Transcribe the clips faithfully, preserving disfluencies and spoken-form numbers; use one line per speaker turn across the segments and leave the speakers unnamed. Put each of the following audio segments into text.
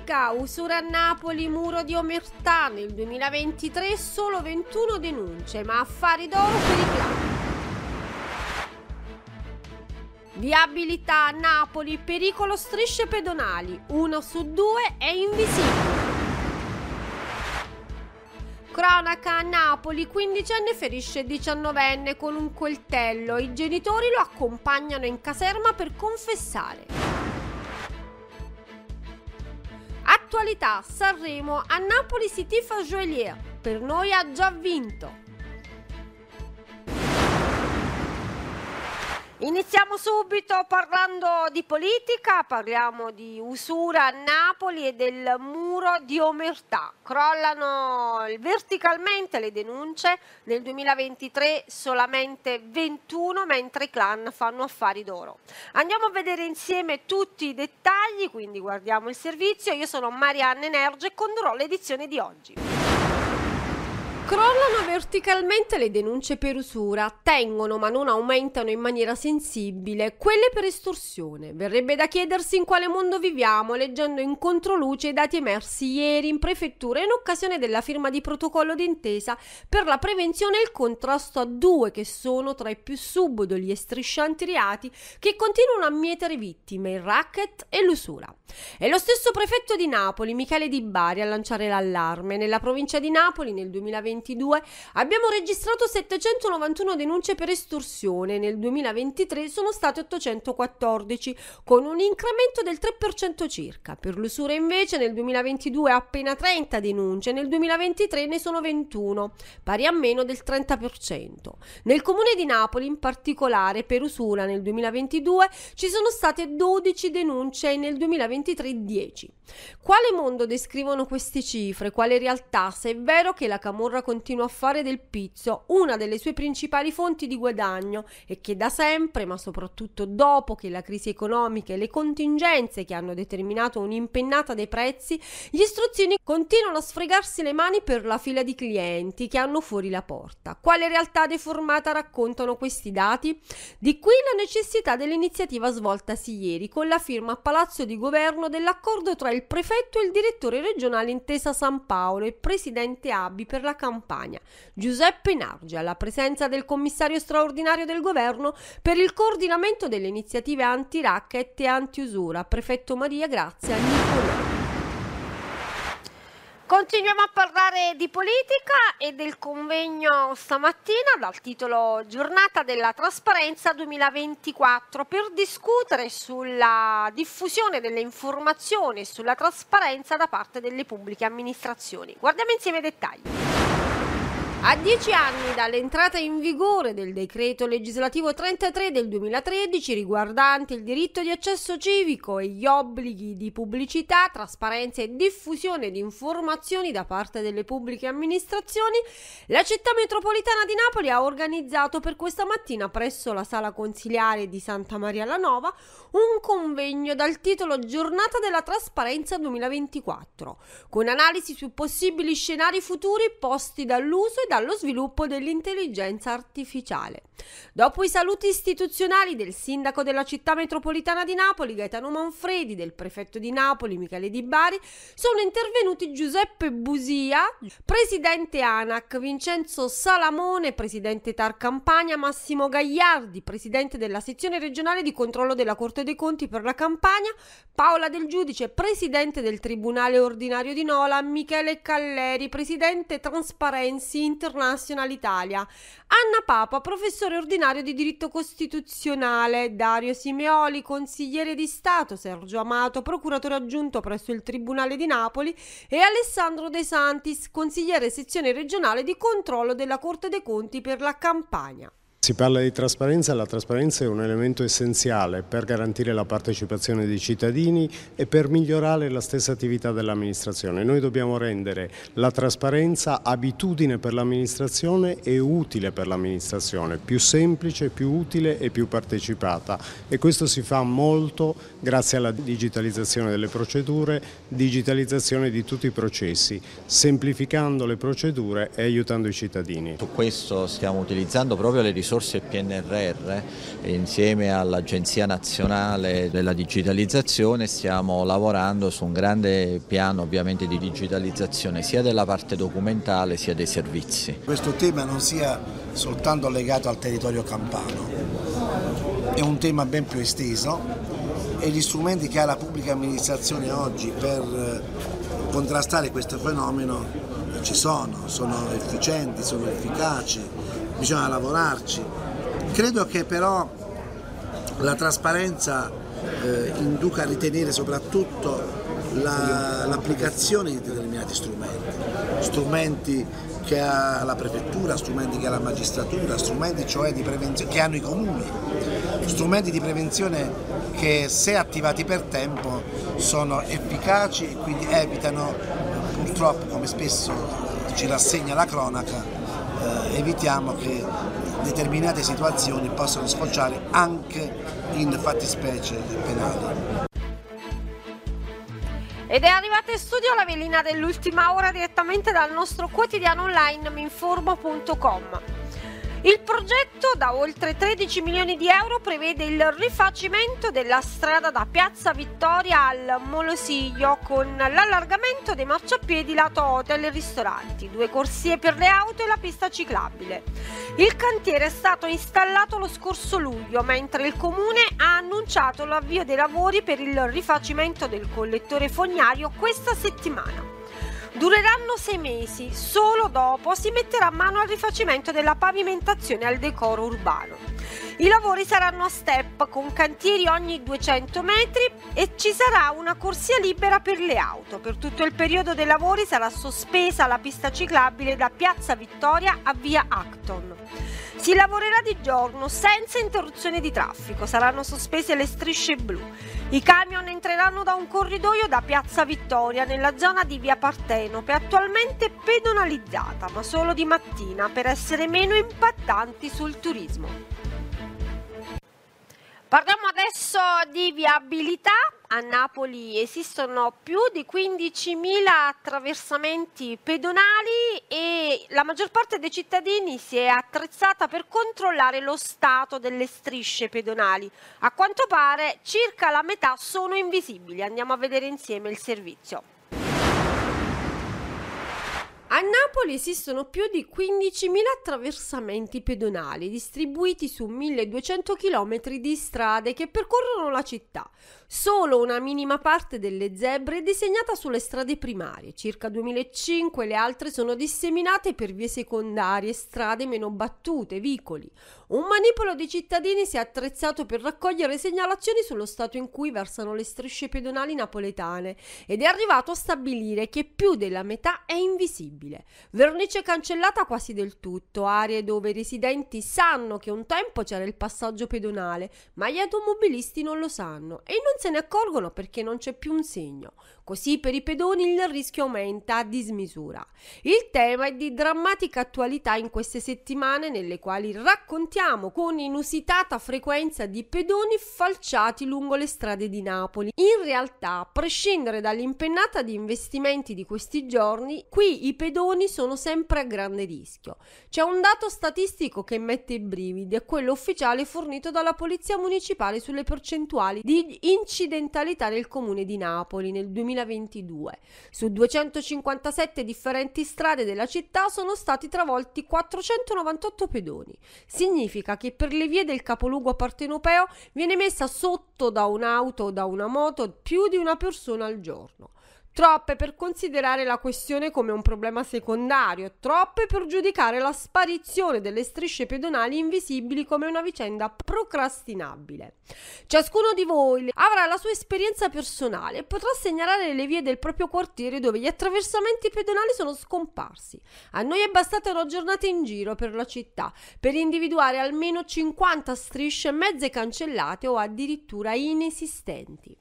politica, usura a Napoli, muro di omertà, nel duemilaventitré solo ventuno denunce, ma affari d'oro per i clan. Viabilità a Napoli, pericolo strisce pedonali, uno su due è invisibile. Cronaca a Napoli, quindicenne ferisce diciannovenne con un coltello, i genitori lo accompagnano in caserma per confessare. Attualità, Sanremo, a Napoli si tifa Joelier, per noi ha già vinto. Iniziamo subito parlando di politica, parliamo di usura a Napoli e del muro di omertà. Crollano verticalmente le denunce, nel duemilaventitré solamente ventuno, mentre i clan fanno affari d'oro. Andiamo a vedere insieme tutti i dettagli, quindi guardiamo il servizio. Io sono Marianna Energia e condurrò l'edizione di oggi. Crollano verticalmente le denunce per usura, tengono ma non aumentano in maniera sensibile quelle per estorsione. Verrebbe da chiedersi in quale mondo viviamo, leggendo in controluce i dati emersi ieri in prefettura in occasione della firma di protocollo d'intesa per la prevenzione e il contrasto a due che sono tra i più subdoli e striscianti reati che continuano a mietere vittime, il racket e l'usura. È lo stesso prefetto di Napoli, Michele Di Bari, a lanciare l'allarme. Nella provincia di Napoli nel duemilaventidue abbiamo registrato settecentonovantuno denunce per estorsione, nel duemilaventitré sono state ottocentoquattordici, con un incremento del tre per cento circa. Per l'usura invece nel duemilaventidue appena trenta denunce, nel duemilaventitré ne sono ventuno, pari a meno del trenta per cento. Nel comune di Napoli in particolare per usura nel duemilaventidue ci sono state dodici denunce e nel duemilaventitré dieci. Quale mondo descrivono queste cifre? Quale realtà, se è vero che la camorra continua a fare del pizzo una delle sue principali fonti di guadagno e che da sempre, ma soprattutto dopo che la crisi economica e le contingenze che hanno determinato un'impennata dei prezzi, gli strozzini continuano a sfregarsi le mani per la fila di clienti che hanno fuori la porta. Quale realtà deformata raccontano questi dati? Di qui la necessità dell'iniziativa svoltasi ieri con la firma a Palazzo di Governo dell'accordo tra il prefetto e il direttore regionale Intesa San Paolo e presidente A B I per la Campania, Giuseppe Nargi, alla presenza del commissario straordinario del governo per il coordinamento delle iniziative anti-racket e anti-usura, prefetto Maria Grazia Nicolò. Continuiamo a parlare di politica e del convegno stamattina dal titolo Giornata della Trasparenza duemilaventiquattro per discutere sulla diffusione delle informazioni e sulla trasparenza da parte delle pubbliche amministrazioni. Guardiamo insieme i dettagli. A dieci anni dall'entrata in vigore del decreto legislativo trentatré del duemilatredici riguardante il diritto di accesso civico e gli obblighi di pubblicità, trasparenza e diffusione di informazioni da parte delle pubbliche amministrazioni, la città metropolitana di Napoli ha organizzato per questa mattina presso la sala consiliare di Santa Maria la Nova un convegno dal titolo Giornata della Trasparenza duemilaventiquattro, con analisi su possibili scenari futuri posti dall'uso e dallo sviluppo dell'intelligenza artificiale. Dopo i saluti istituzionali del sindaco della città metropolitana di Napoli, Gaetano Manfredi, del prefetto di Napoli, Michele Di Bari, sono intervenuti Giuseppe Busia, presidente ANAC, Vincenzo Salamone, presidente TAR Campania, Massimo Gagliardi, presidente della sezione regionale di controllo della Corte dei Conti per la Campania, Paola Del Giudice, presidente del Tribunale Ordinario di Nola, Michele Calleri, presidente Transparency International Italia, Anna Papa, professore ordinario di diritto costituzionale, Dario Simeoli, consigliere di Stato, Sergio Amato, procuratore aggiunto presso il Tribunale di Napoli e Alessandro De Santis, consigliere sezione regionale di controllo della Corte dei Conti per la Campania.
Si parla di trasparenza e la trasparenza è un elemento essenziale per garantire la partecipazione dei cittadini e per migliorare la stessa attività dell'amministrazione. Noi dobbiamo rendere la trasparenza abitudine per l'amministrazione e utile per l'amministrazione, più semplice, più utile e più partecipata, e questo si fa molto grazie alla digitalizzazione delle procedure, digitalizzazione di tutti i processi, semplificando le procedure e aiutando i cittadini.
Su questo stiamo utilizzando proprio le risorse risorse P N R R, insieme all'Agenzia Nazionale della Digitalizzazione stiamo lavorando su un grande piano ovviamente di digitalizzazione sia della parte documentale sia dei servizi.
Questo tema non sia soltanto legato al territorio campano, è un tema ben più esteso e gli strumenti che ha la pubblica amministrazione oggi per contrastare questo fenomeno ci sono, sono efficienti, sono efficaci, bisogna lavorarci. Credo che però la trasparenza eh, induca a ritenere soprattutto la, l'applicazione di determinati strumenti, strumenti che ha la prefettura, strumenti che ha la magistratura, strumenti cioè di prevenzione che hanno i comuni, strumenti di prevenzione che se attivati per tempo sono efficaci e quindi evitano, purtroppo come spesso ci rassegna la cronaca, eh, evitiamo che determinate situazioni possano sfociare anche in fattispecie penali.
Ed è arrivata in studio la velina dell'ultima ora direttamente dal nostro quotidiano online minformo punto com. Il progetto da oltre tredici milioni di euro prevede il rifacimento della strada da Piazza Vittoria al Molosilo con l'allargamento dei marciapiedi lato hotel e ristoranti, due corsie per le auto e la pista ciclabile. Il cantiere è stato installato lo scorso luglio, mentre il comune ha annunciato l'avvio dei lavori per il rifacimento del collettore fognario questa settimana. Dureranno sei mesi, solo dopo si metterà mano al rifacimento della pavimentazione e al decoro urbano. I lavori saranno a step con cantieri ogni duecento metri e ci sarà una corsia libera per le auto. Per tutto il periodo dei lavori sarà sospesa la pista ciclabile da Piazza Vittoria a via Acton. Si lavorerà di giorno senza interruzione di traffico, saranno sospese le strisce blu. I camion entreranno da un corridoio da Piazza Vittoria nella zona di via Partenope, attualmente pedonalizzata, ma solo di mattina per essere meno impattanti sul turismo. Parliamo adesso di viabilità. A Napoli esistono più di quindicimila attraversamenti pedonali e la maggior parte dei cittadini si è attrezzata per controllare lo stato delle strisce pedonali. A quanto pare circa la metà sono invisibili. Andiamo a vedere insieme il servizio. A Napoli esistono più di quindicimila attraversamenti pedonali distribuiti su milleduecento chilometri di strade che percorrono la città. Solo una minima parte delle zebre è disegnata sulle strade primarie, circa duemilacinque, le altre sono disseminate per vie secondarie, strade meno battute, vicoli. Un manipolo di cittadini si è attrezzato per raccogliere segnalazioni sullo stato in cui versano le strisce pedonali napoletane ed è arrivato a stabilire che più della metà è invisibile. Vernice cancellata quasi del tutto, aree dove i residenti sanno che un tempo c'era il passaggio pedonale, ma gli automobilisti non lo sanno e non se ne accorgono perché non c'è più un segno. Così per i pedoni il rischio aumenta a dismisura. Il tema è di drammatica attualità in queste settimane nelle quali raccontiamo con inusitata frequenza di pedoni falciati lungo le strade di Napoli. In realtà, a prescindere dall'impennata di investimenti di questi giorni, qui i pedoni sono sempre a grande rischio. C'è un dato statistico che mette i brividi, è quello ufficiale fornito dalla Polizia Municipale sulle percentuali di incidentalità nel comune di Napoli nel duemilaventidue. Su duecentocinquantasette differenti strade della città sono stati travolti quattrocentonovantotto pedoni. Significa che per le vie del capoluogo partenopeo viene messa sotto da un'auto o da una moto più di una persona al giorno. Troppe per considerare la questione come un problema secondario, troppe per giudicare la sparizione delle strisce pedonali invisibili come una vicenda procrastinabile. Ciascuno di voi avrà la sua esperienza personale e potrà segnalare le vie del proprio quartiere dove gli attraversamenti pedonali sono scomparsi. A noi è bastata una giornata in giro per la città per individuare almeno cinquanta strisce mezze cancellate o addirittura inesistenti.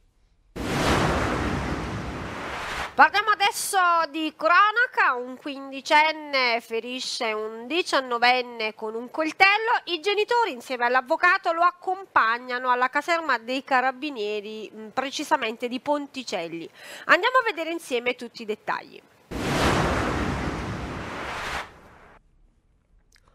Parliamo adesso di cronaca. Un quindicenne ferisce un diciannovenne con un coltello. I genitori insieme all'avvocato lo accompagnano alla caserma dei carabinieri, precisamente di Ponticelli. Andiamo a vedere insieme tutti i dettagli.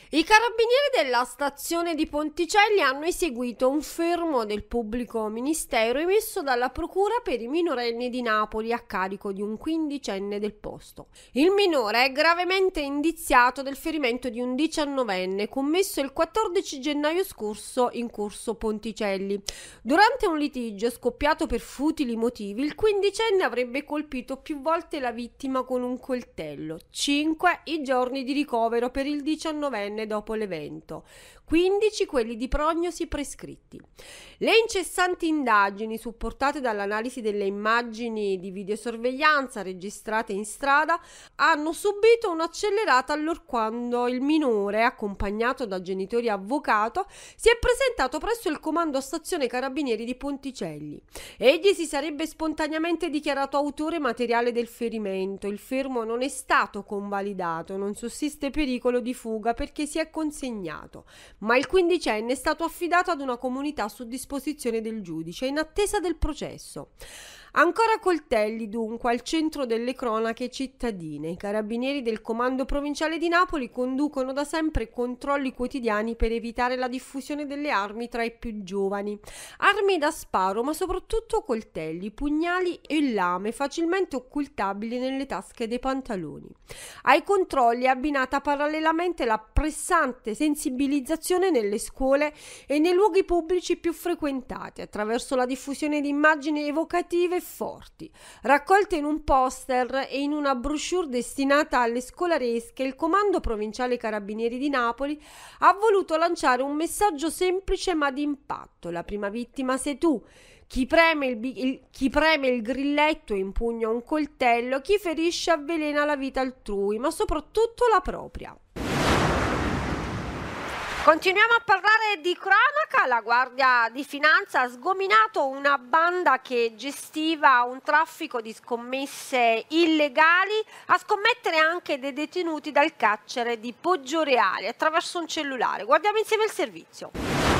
I carabinieri della stazione di Ponticelli hanno eseguito un fermo del pubblico ministero emesso dalla procura per i minorenni di Napoli a carico di un quindicenne del posto. Il minore è gravemente indiziato del ferimento di un diciannovenne commesso il quattordici gennaio scorso in corso Ponticelli. Durante un litigio scoppiato per futili motivi, il quindicenne avrebbe colpito più volte la vittima con un coltello. Cinque i giorni di ricovero per il diciannovenne dopo l'evento, quindici quelli di prognosi prescritti. Le incessanti indagini, supportate dall'analisi delle immagini di videosorveglianza registrate in strada, hanno subito un'accelerata allorquando il minore, accompagnato da genitori e avvocato, si è presentato presso il comando stazione carabinieri di Ponticelli. Egli si sarebbe spontaneamente dichiarato autore materiale del ferimento. Il fermo non è stato convalidato, non sussiste pericolo di fuga perché si è consegnato, ma il quindicenne è stato affidato ad una comunità su disposizione del giudice in attesa del processo. Ancora coltelli dunque al centro delle cronache cittadine. I carabinieri del comando provinciale di Napoli conducono da sempre controlli quotidiani per evitare la diffusione delle armi tra i più giovani. Armi da sparo, ma soprattutto coltelli, pugnali e lame facilmente occultabili nelle tasche dei pantaloni. Ai controlli è abbinata parallelamente la pressante sensibilizzazione nelle scuole e nei luoghi pubblici più frequentati attraverso la diffusione di immagini evocative forti. Raccolte in un poster e in una brochure destinata alle scolaresche, il Comando Provinciale Carabinieri di Napoli ha voluto lanciare un messaggio semplice ma di impatto. La prima vittima sei tu. Chi preme il, il, chi preme il grilletto impugna un coltello, chi ferisce avvelena la vita altrui, ma soprattutto la propria. Continuiamo a parlare di cronaca. La Guardia di Finanza ha sgominato una banda che gestiva un traffico di scommesse illegali, a scommettere anche dei detenuti dal carcere di Poggioreale attraverso un cellulare. Guardiamo insieme il servizio.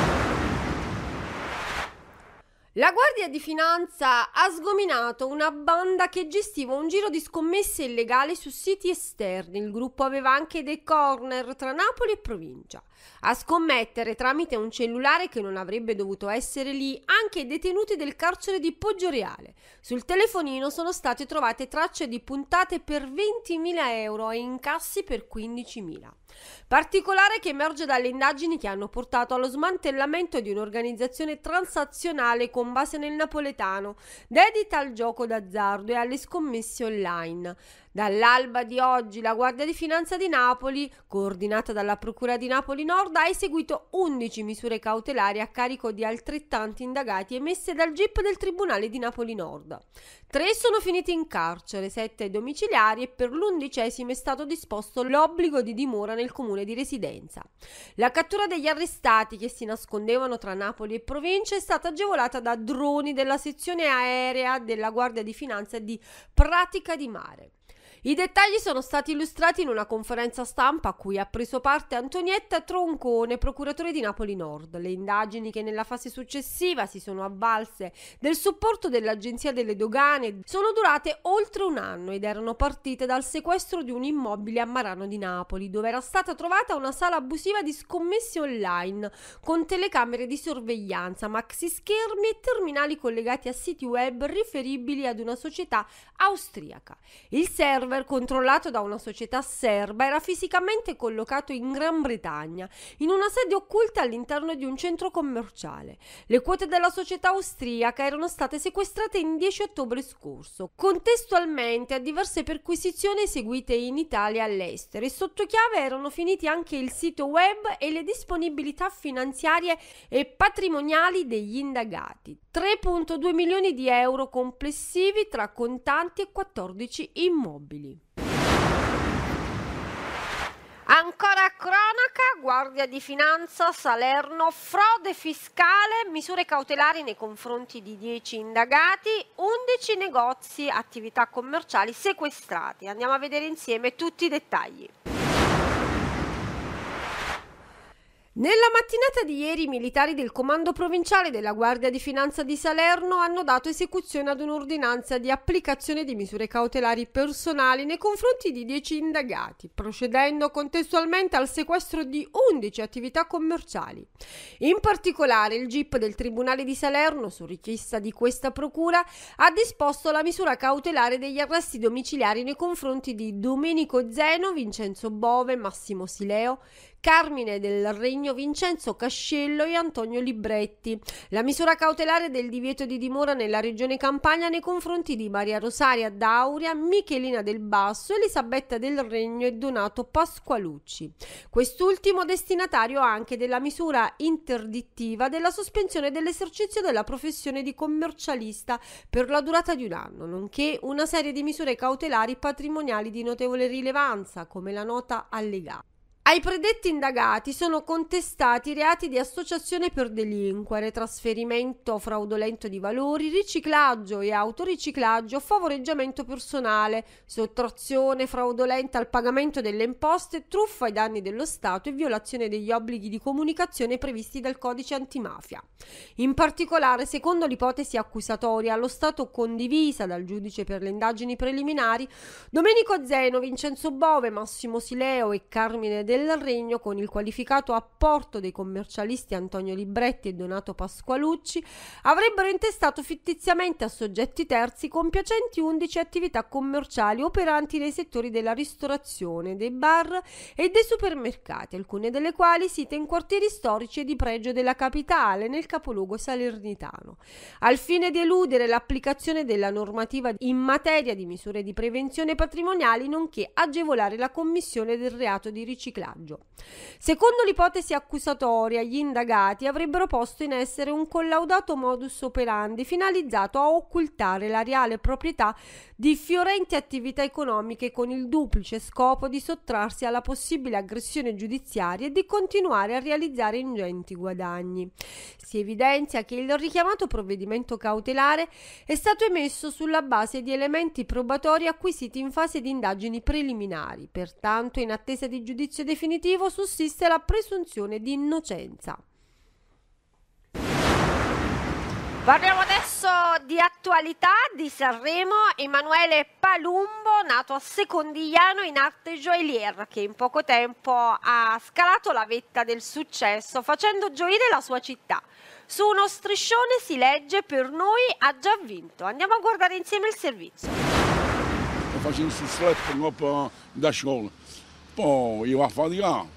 La Guardia di Finanza ha sgominato una banda che gestiva un giro di scommesse illegali su siti esterni. Il gruppo aveva anche dei corner tra Napoli e provincia. A scommettere tramite un cellulare che non avrebbe dovuto essere lì anche i detenuti del carcere di Poggioreale. Sul telefonino sono state trovate tracce di puntate per ventimila euro e incassi per quindicimila. Particolare che emerge dalle indagini che hanno portato allo smantellamento di un'organizzazione transazionale con base nel napoletano, dedita al gioco d'azzardo e alle scommesse online. Dall'alba di oggi la Guardia di Finanza di Napoli, coordinata dalla Procura di Napoli Nord, ha eseguito undici misure cautelari a carico di altrettanti indagati emesse dal G I P del Tribunale di Napoli Nord. Tre sono finiti in carcere, sette domiciliari e per l'undicesimo è stato disposto l'obbligo di dimora nel comune di residenza. La cattura degli arrestati che si nascondevano tra Napoli e provincia è stata agevolata da droni della sezione aerea della Guardia di Finanza di Pratica di Mare. I dettagli sono stati illustrati in una conferenza stampa a cui ha preso parte Antonietta Troncone, procuratore di Napoli Nord. Le indagini, che nella fase successiva si sono avvalse del supporto dell'Agenzia delle Dogane, sono durate oltre un anno ed erano partite dal sequestro di un immobile a Marano di Napoli, dove era stata trovata una sala abusiva di scommesse online con telecamere di sorveglianza, maxischermi e terminali collegati a siti web riferibili ad una società austriaca. Il server, controllato da una società serba, era fisicamente collocato in Gran Bretagna, in una sede occulta all'interno di un centro commerciale. Le quote della società austriaca erano state sequestrate in dieci ottobre scorso, contestualmente a diverse perquisizioni eseguite in Italia e all'estero, e sotto chiave erano finiti anche il sito web e le disponibilità finanziarie e patrimoniali degli indagati. tre virgola due milioni di euro complessivi tra contanti e quattordici immobili. Ancora cronaca, Guardia di Finanza, Salerno, frode fiscale, misure cautelari nei confronti di dieci indagati, undici negozi, attività commerciali sequestrati. Andiamo a vedere insieme tutti i dettagli. Nella mattinata di ieri i militari del Comando Provinciale della Guardia di Finanza di Salerno hanno dato esecuzione ad un'ordinanza di applicazione di misure cautelari personali nei confronti di dieci indagati, procedendo contestualmente al sequestro di undici attività commerciali. In particolare il G I P del Tribunale di Salerno, su richiesta di questa procura, ha disposto la misura cautelare degli arresti domiciliari nei confronti di Domenico Zeno, Vincenzo Bove, Massimo Sileo, Carmine del Regno, Vincenzo Cascello e Antonio Libretti. La misura cautelare del divieto di dimora nella regione Campania nei confronti di Maria Rosaria Dauria, Michelina del Basso, Elisabetta del Regno e Donato Pasqualucci. Quest'ultimo destinatario anche della misura interdittiva della sospensione dell'esercizio della professione di commercialista per la durata di un anno, nonché una serie di misure cautelari patrimoniali di notevole rilevanza, come la nota allegata. Ai predetti indagati sono contestati reati di associazione per delinquere, trasferimento fraudolento di valori, riciclaggio e autoriciclaggio, favoreggiamento personale, sottrazione fraudolenta al pagamento delle imposte, truffa ai danni dello Stato e violazione degli obblighi di comunicazione previsti dal codice antimafia. In particolare, secondo l'ipotesi accusatoria allo Stato condivisa dal giudice per le indagini preliminari, Domenico Zeno, Vincenzo Bove, Massimo Sileo e Carmine del Regno, con il qualificato apporto dei commercialisti Antonio Libretti e Donato Pasqualucci, avrebbero intestato fittiziamente a soggetti terzi compiacenti undici attività commerciali operanti nei settori della ristorazione, dei bar e dei supermercati, alcune delle quali site in quartieri storici e di pregio della capitale, nel capoluogo salernitano, al fine di eludere l'applicazione della normativa in materia di misure di prevenzione patrimoniali, nonché agevolare la commissione del reato di riciclaggio. Secondo l'ipotesi accusatoria, gli indagati avrebbero posto in essere un collaudato modus operandi finalizzato a occultare la reale proprietà di fiorenti attività economiche con il duplice scopo di sottrarsi alla possibile aggressione giudiziaria e di continuare a realizzare ingenti guadagni. Si evidenzia che il richiamato provvedimento cautelare è stato emesso sulla base di elementi probatori acquisiti in fase di indagini preliminari, pertanto in attesa di giudizio definitivo sussiste la presunzione di innocenza. Parliamo adesso di attualità di Sanremo. Emanuele Palumbo, nato a Secondigliano in arte joaillier, che in poco tempo ha scalato la vetta del successo facendo gioire la sua città. Su uno striscione si legge: per noi ha già vinto. Andiamo a guardare insieme il servizio.
Facevo su slap da scuola, poi io a faticare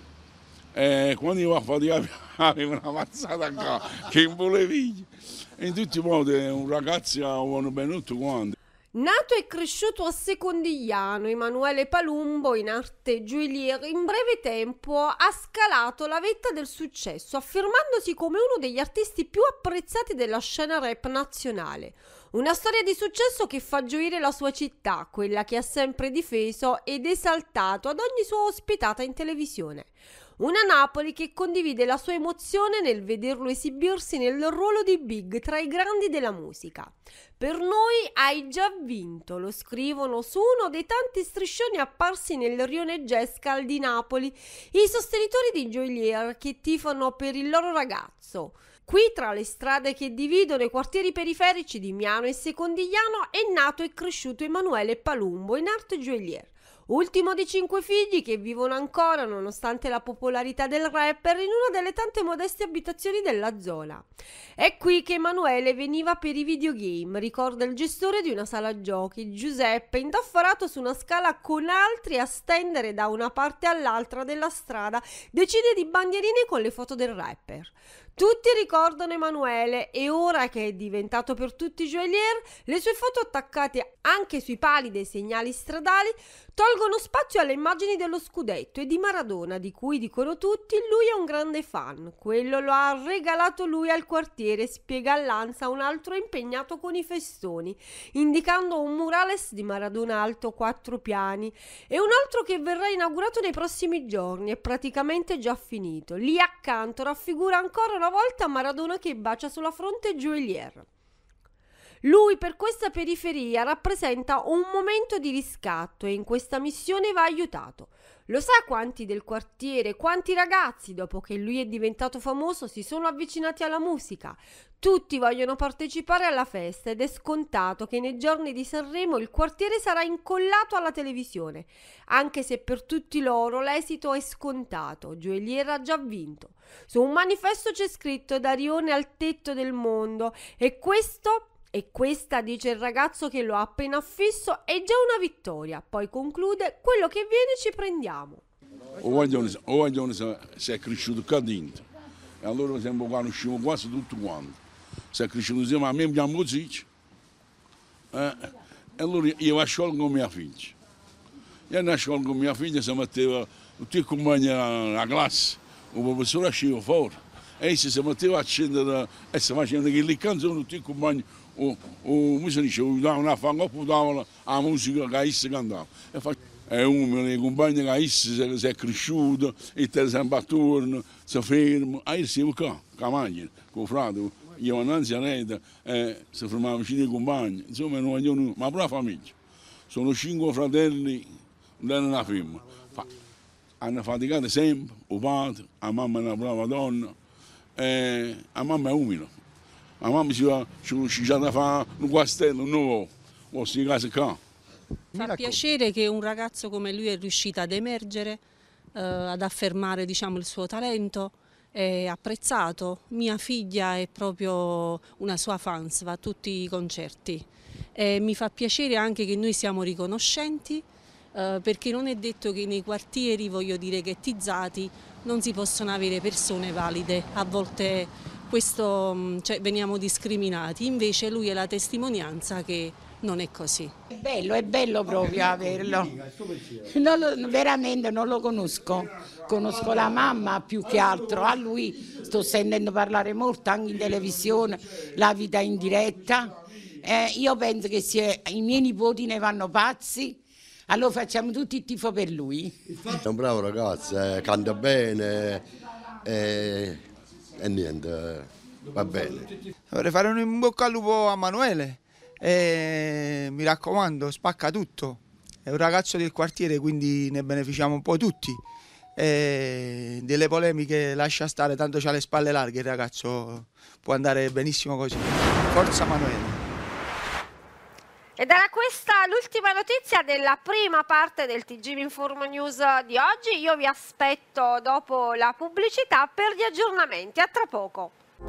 e quando io a faticare avevo una mazzata qua che in volevi. In tutti i modi un ragazzo avevano bene tutti quanti.
Nato e cresciuto a Secondigliano, Emanuele Palumbo, in arte joaillier, in breve tempo ha scalato la vetta del successo, affermandosi come uno degli artisti più apprezzati della scena rap nazionale. Una storia di successo che fa gioire la sua città, quella che ha sempre difeso ed esaltato ad ogni sua ospitata in televisione. Una Napoli che condivide la sua emozione nel vederlo esibirsi nel ruolo di Big tra i grandi della musica. Per noi hai già vinto, lo scrivono su uno dei tanti striscioni apparsi nel rione Gescal di Napoli i sostenitori di joaillier che tifano per il loro ragazzo. Qui, tra le strade che dividono i quartieri periferici di Miano e Secondigliano, è nato e cresciuto Emanuele Palumbo, in arte joaillier. Ultimo di cinque figli che vivono ancora, nonostante la popolarità del rapper, in una delle tante modeste abitazioni della zona. È qui che Emanuele veniva per i videogame, ricorda il gestore di una sala giochi, Giuseppe, indaffarato su una scala con altri a stendere da una parte all'altra della strada decine di bandierine con le foto del rapper. Tutti ricordano Emanuele e ora che è diventato per tutti joaillier, le sue foto attaccate anche sui pali dei segnali stradali tolgono spazio alle immagini dello scudetto e di Maradona, di cui dicono tutti lui è un grande fan. Quello lo ha regalato lui al quartiere, spiega all'Ansa un altro impegnato con i festoni, indicando un murales di Maradona alto quattro piani e un altro che verrà inaugurato nei prossimi giorni, è praticamente già finito. Lì accanto raffigura ancora una volta Maradona che bacia sulla fronte joaillier. Lui per questa periferia rappresenta un momento di riscatto e in questa missione va aiutato. Lo sa quanti del quartiere, quanti ragazzi, dopo che lui è diventato famoso, si sono avvicinati alla musica? Tutti vogliono partecipare alla festa ed è scontato che nei giorni di Sanremo il quartiere sarà incollato alla televisione, anche se per tutti loro l'esito è scontato. Joelier ha già vinto. Su un manifesto c'è scritto "Darione al tetto del mondo" e questo... E questa, dice il ragazzo che lo ha appena affisso, è già una vittoria. Poi conclude: quello che viene ci prendiamo.
O Guaglione, o Guaglione si è cresciuto qua dentro e allora siamo conosciuti quasi tutti quanti. Si è cresciuto insieme a me, mi chiamo così. Eh, e allora io a scuola con mia figlia. Io a scuola con mia figlia si metteva tutti i compagni alla classe, il professore usciva fuori e si metteva a accendere e si facevano le canzoni tutti i compagni. O, o come si dice, davano a fare davano la musica che essa cantava. E uno dei compagni che essa si è cresciuto, e te sempre attorno, si ferma, e io siamo qua, con la macchina, con il fratello, io annanzi a rete, e si fermava vicino ai compagni, insomma non voglio nulla, ma pure la famiglia. Sono cinque fratelli, uno è una femmina. Hanno faticato sempre, il padre, la mamma è una brava donna, e la mamma è umile. La mamma ci ha cominciato a fare un castello nuovo, queste case qua.
Fa piacere che un ragazzo come lui è riuscito ad emergere, eh, ad affermare, diciamo, il suo talento, è apprezzato. Mia figlia è proprio una sua fans, va a tutti i concerti. E mi fa piacere anche che noi siamo riconoscenti, eh, perché non è detto che nei quartieri, voglio dire, ghettizzati, non si possono avere persone valide. A volte questo, cioè, veniamo discriminati, invece lui è la testimonianza che non è così.
È bello, è bello proprio averlo. Non lo, veramente non lo conosco, conosco la mamma più che altro, a lui sto sentendo parlare molto anche in televisione, la vita in diretta. Eh, io penso che se i miei nipoti ne vanno pazzi, allora facciamo tutti il tifo per lui.
È un bravo ragazzo, eh, canta bene. Eh... E niente, va bene.
Vorrei fare un in bocca al lupo a Manuele e mi raccomando, spacca tutto. È un ragazzo del quartiere, quindi ne beneficiamo un po' tutti. E delle polemiche lascia stare, tanto c'ha le spalle larghe il ragazzo, può andare benissimo così. Forza Manuele.
Ed era questa l'ultima notizia della prima parte del T G V Informa News di oggi. Io vi aspetto dopo la pubblicità per gli aggiornamenti. A tra poco.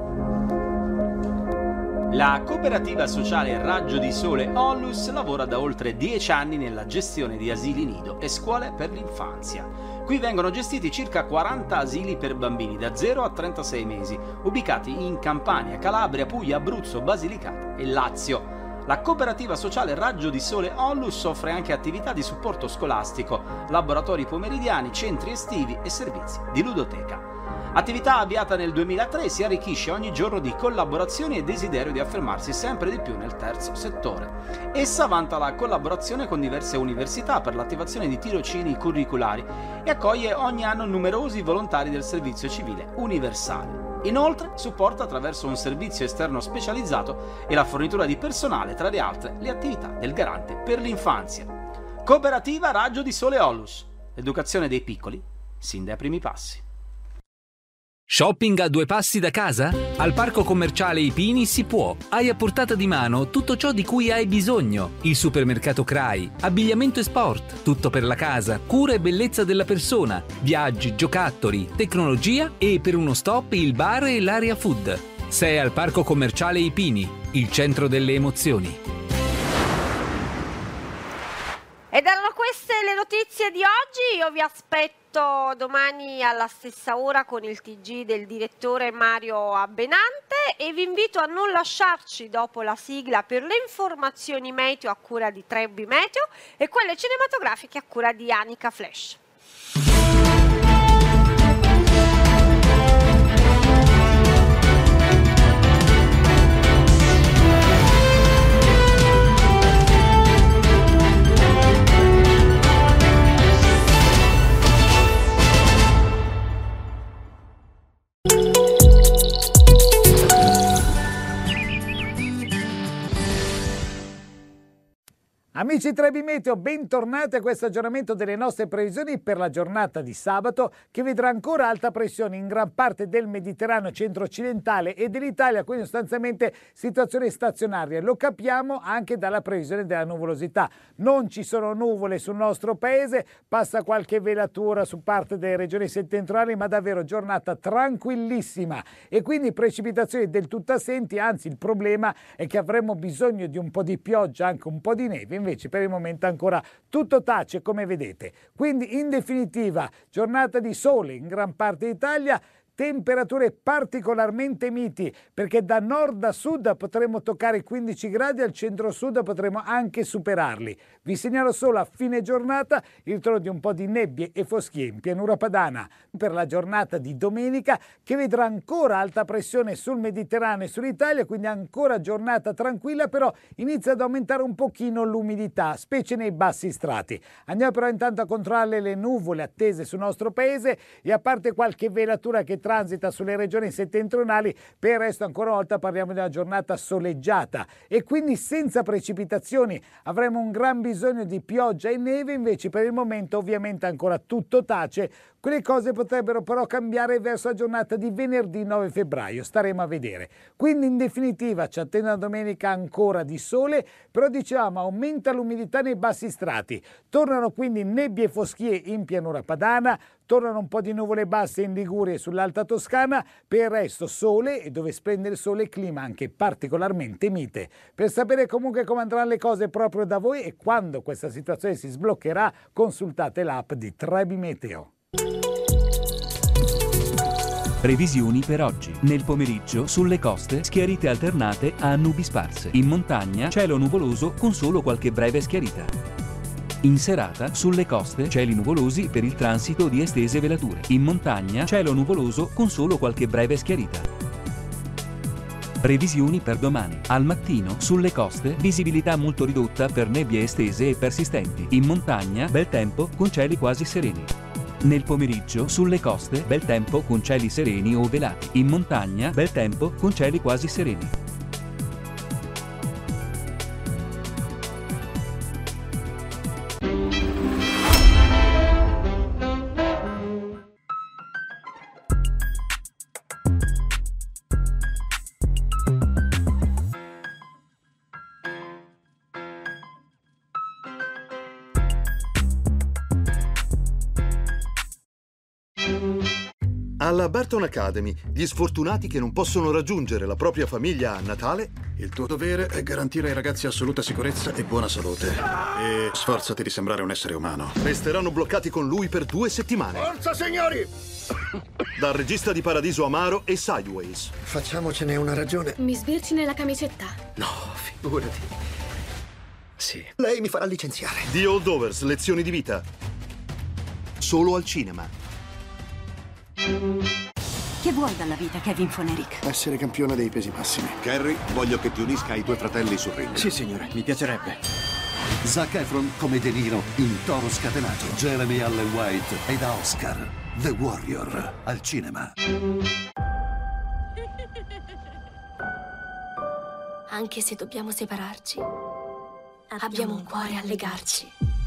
La cooperativa sociale Raggio di Sole Onlus lavora da oltre dieci anni nella gestione di asili nido e scuole per l'infanzia. Qui vengono gestiti circa quaranta asili per bambini da zero a trentasei mesi, ubicati in Campania, Calabria, Puglia, Abruzzo, Basilicata e Lazio. La cooperativa sociale Raggio di Sole Onlus offre anche attività di supporto scolastico, laboratori pomeridiani, centri estivi e servizi di ludoteca. Attività avviata nel duemilatré, si arricchisce ogni giorno di collaborazioni e desiderio di affermarsi sempre di più nel terzo settore. Essa vanta la collaborazione con diverse università per l'attivazione di tirocini curriculari e accoglie ogni anno numerosi volontari del servizio civile universale. Inoltre supporta attraverso un servizio esterno specializzato e la fornitura di personale, tra le altre, le attività del Garante per l'infanzia. Cooperativa Raggio di Sole Onlus. L'educazione dei piccoli sin dai primi passi.
Shopping a due passi da casa? Al Parco Commerciale I Pini si può. Hai a portata di mano tutto ciò di cui hai bisogno. Il supermercato C R A I, abbigliamento e sport, tutto per la casa, cura e bellezza della persona, viaggi, giocattoli, tecnologia e per uno stop il bar e l'area food. Sei al Parco Commerciale I Pini, il centro delle emozioni.
Ed erano queste le notizie di oggi. Io vi aspetto domani alla stessa ora con il T G del direttore Mario Abbenante e vi invito a non lasciarci dopo la sigla per le informazioni meteo a cura di Trebbi Meteo e quelle cinematografiche a cura di Anica Flash.
Amici tre B Meteo, bentornati a questo aggiornamento delle nostre previsioni per la giornata di sabato, che vedrà ancora alta pressione in gran parte del Mediterraneo centro-occidentale e dell'Italia, quindi sostanzialmente situazione stazionaria. Lo capiamo anche dalla previsione della nuvolosità. Non ci sono nuvole sul nostro paese, passa qualche velatura su parte delle regioni settentrionali, ma davvero giornata tranquillissima e quindi precipitazioni del tutto assenti, anzi il problema è che avremo bisogno di un po' di pioggia, anche un po' di neve. Invece per il momento ancora tutto tace, come vedete. Quindi in definitiva giornata di sole in gran parte d'Italia, temperature particolarmente miti, perché da nord a sud potremo toccare i quindici gradi, al centro-sud potremo anche superarli. Vi segnalo solo a fine giornata il ritorno di un po' di nebbie e foschie in pianura padana per la giornata di domenica, che vedrà ancora alta pressione sul Mediterraneo e sull'Italia, quindi ancora giornata tranquilla, però inizia ad aumentare un pochino l'umidità, specie nei bassi strati. Andiamo però intanto a controllare le nuvole attese sul nostro paese e a parte qualche velatura che transita sulle regioni settentrionali, per il resto ancora una volta parliamo di una giornata soleggiata e quindi senza precipitazioni. Avremo un gran bisogno di pioggia e neve, invece per il momento ovviamente ancora tutto tace. Quelle cose potrebbero però cambiare verso la giornata di venerdì nove febbraio, staremo a vedere. Quindi in definitiva ci attende una domenica ancora di sole, però dicevamo aumenta l'umidità nei bassi strati, tornano quindi nebbie e foschie in pianura padana, tornano un po' di nuvole basse in Liguria e sull'Alta Toscana, per il resto sole e dove splende il sole clima anche particolarmente mite. Per sapere comunque come andranno le cose proprio da voi e quando questa situazione si sbloccherà, consultate l'app di tre B Meteo.
Previsioni per oggi. Nel pomeriggio sulle coste schiarite alternate a nubi sparse. In montagna cielo nuvoloso con solo qualche breve schiarita. In serata sulle coste cieli nuvolosi per il transito di estese velature. In montagna cielo nuvoloso con solo qualche breve schiarita. Previsioni per domani. Al mattino sulle coste visibilità molto ridotta per nebbie estese e persistenti. In montagna bel tempo con cieli quasi sereni. Nel pomeriggio sulle coste bel tempo con cieli sereni o velati. In montagna bel tempo con cieli quasi sereni.
Alla Barton Academy, gli sfortunati che non possono raggiungere la propria famiglia a Natale.
Il tuo dovere è garantire ai ragazzi assoluta sicurezza e buona salute. E sforzati di sembrare un essere umano.
Resteranno bloccati con lui per due settimane.
Forza, signori!
Dal regista di Paradiso Amaro e Sideways.
Facciamocene una ragione.
Mi sbirci nella camicetta?
No, figurati. Sì. Lei mi farà licenziare.
The Holdovers, lezioni di vita. Solo al cinema.
Che vuoi dalla vita, Kevin Von Erich?
Essere campione dei pesi massimi.
Carrie, voglio che ti unisca ai tuoi fratelli sul ring.
Sì, signore, mi piacerebbe.
Zac Efron come De Niro in Toro Scatenato. Jeremy Allen White e da Oscar. The Warrior al cinema.
Anche se dobbiamo separarci, abbiamo un cuore a legarci.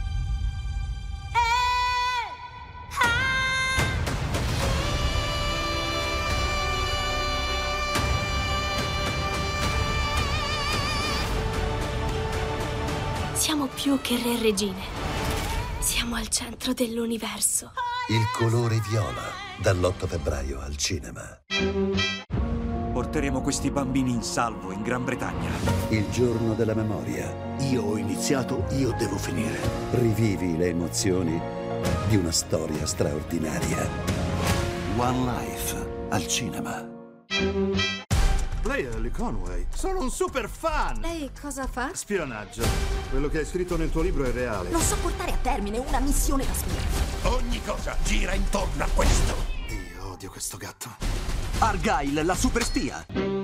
Siamo più che re e regine. Siamo al centro dell'universo.
Il colore viola, dall'otto febbraio al cinema.
Porteremo questi bambini in salvo in Gran Bretagna.
Il giorno della memoria.
Io ho iniziato, io devo finire.
Rivivi le emozioni di una storia straordinaria. One Life al cinema.
Lei è Ellie Conway. Sono un super fan!
Lei cosa fa?
Spionaggio. Quello che hai scritto nel tuo libro è reale.
Non so portare a termine una missione da spia.
Ogni cosa gira intorno a questo. Io odio questo gatto.
Argyle, la super spia.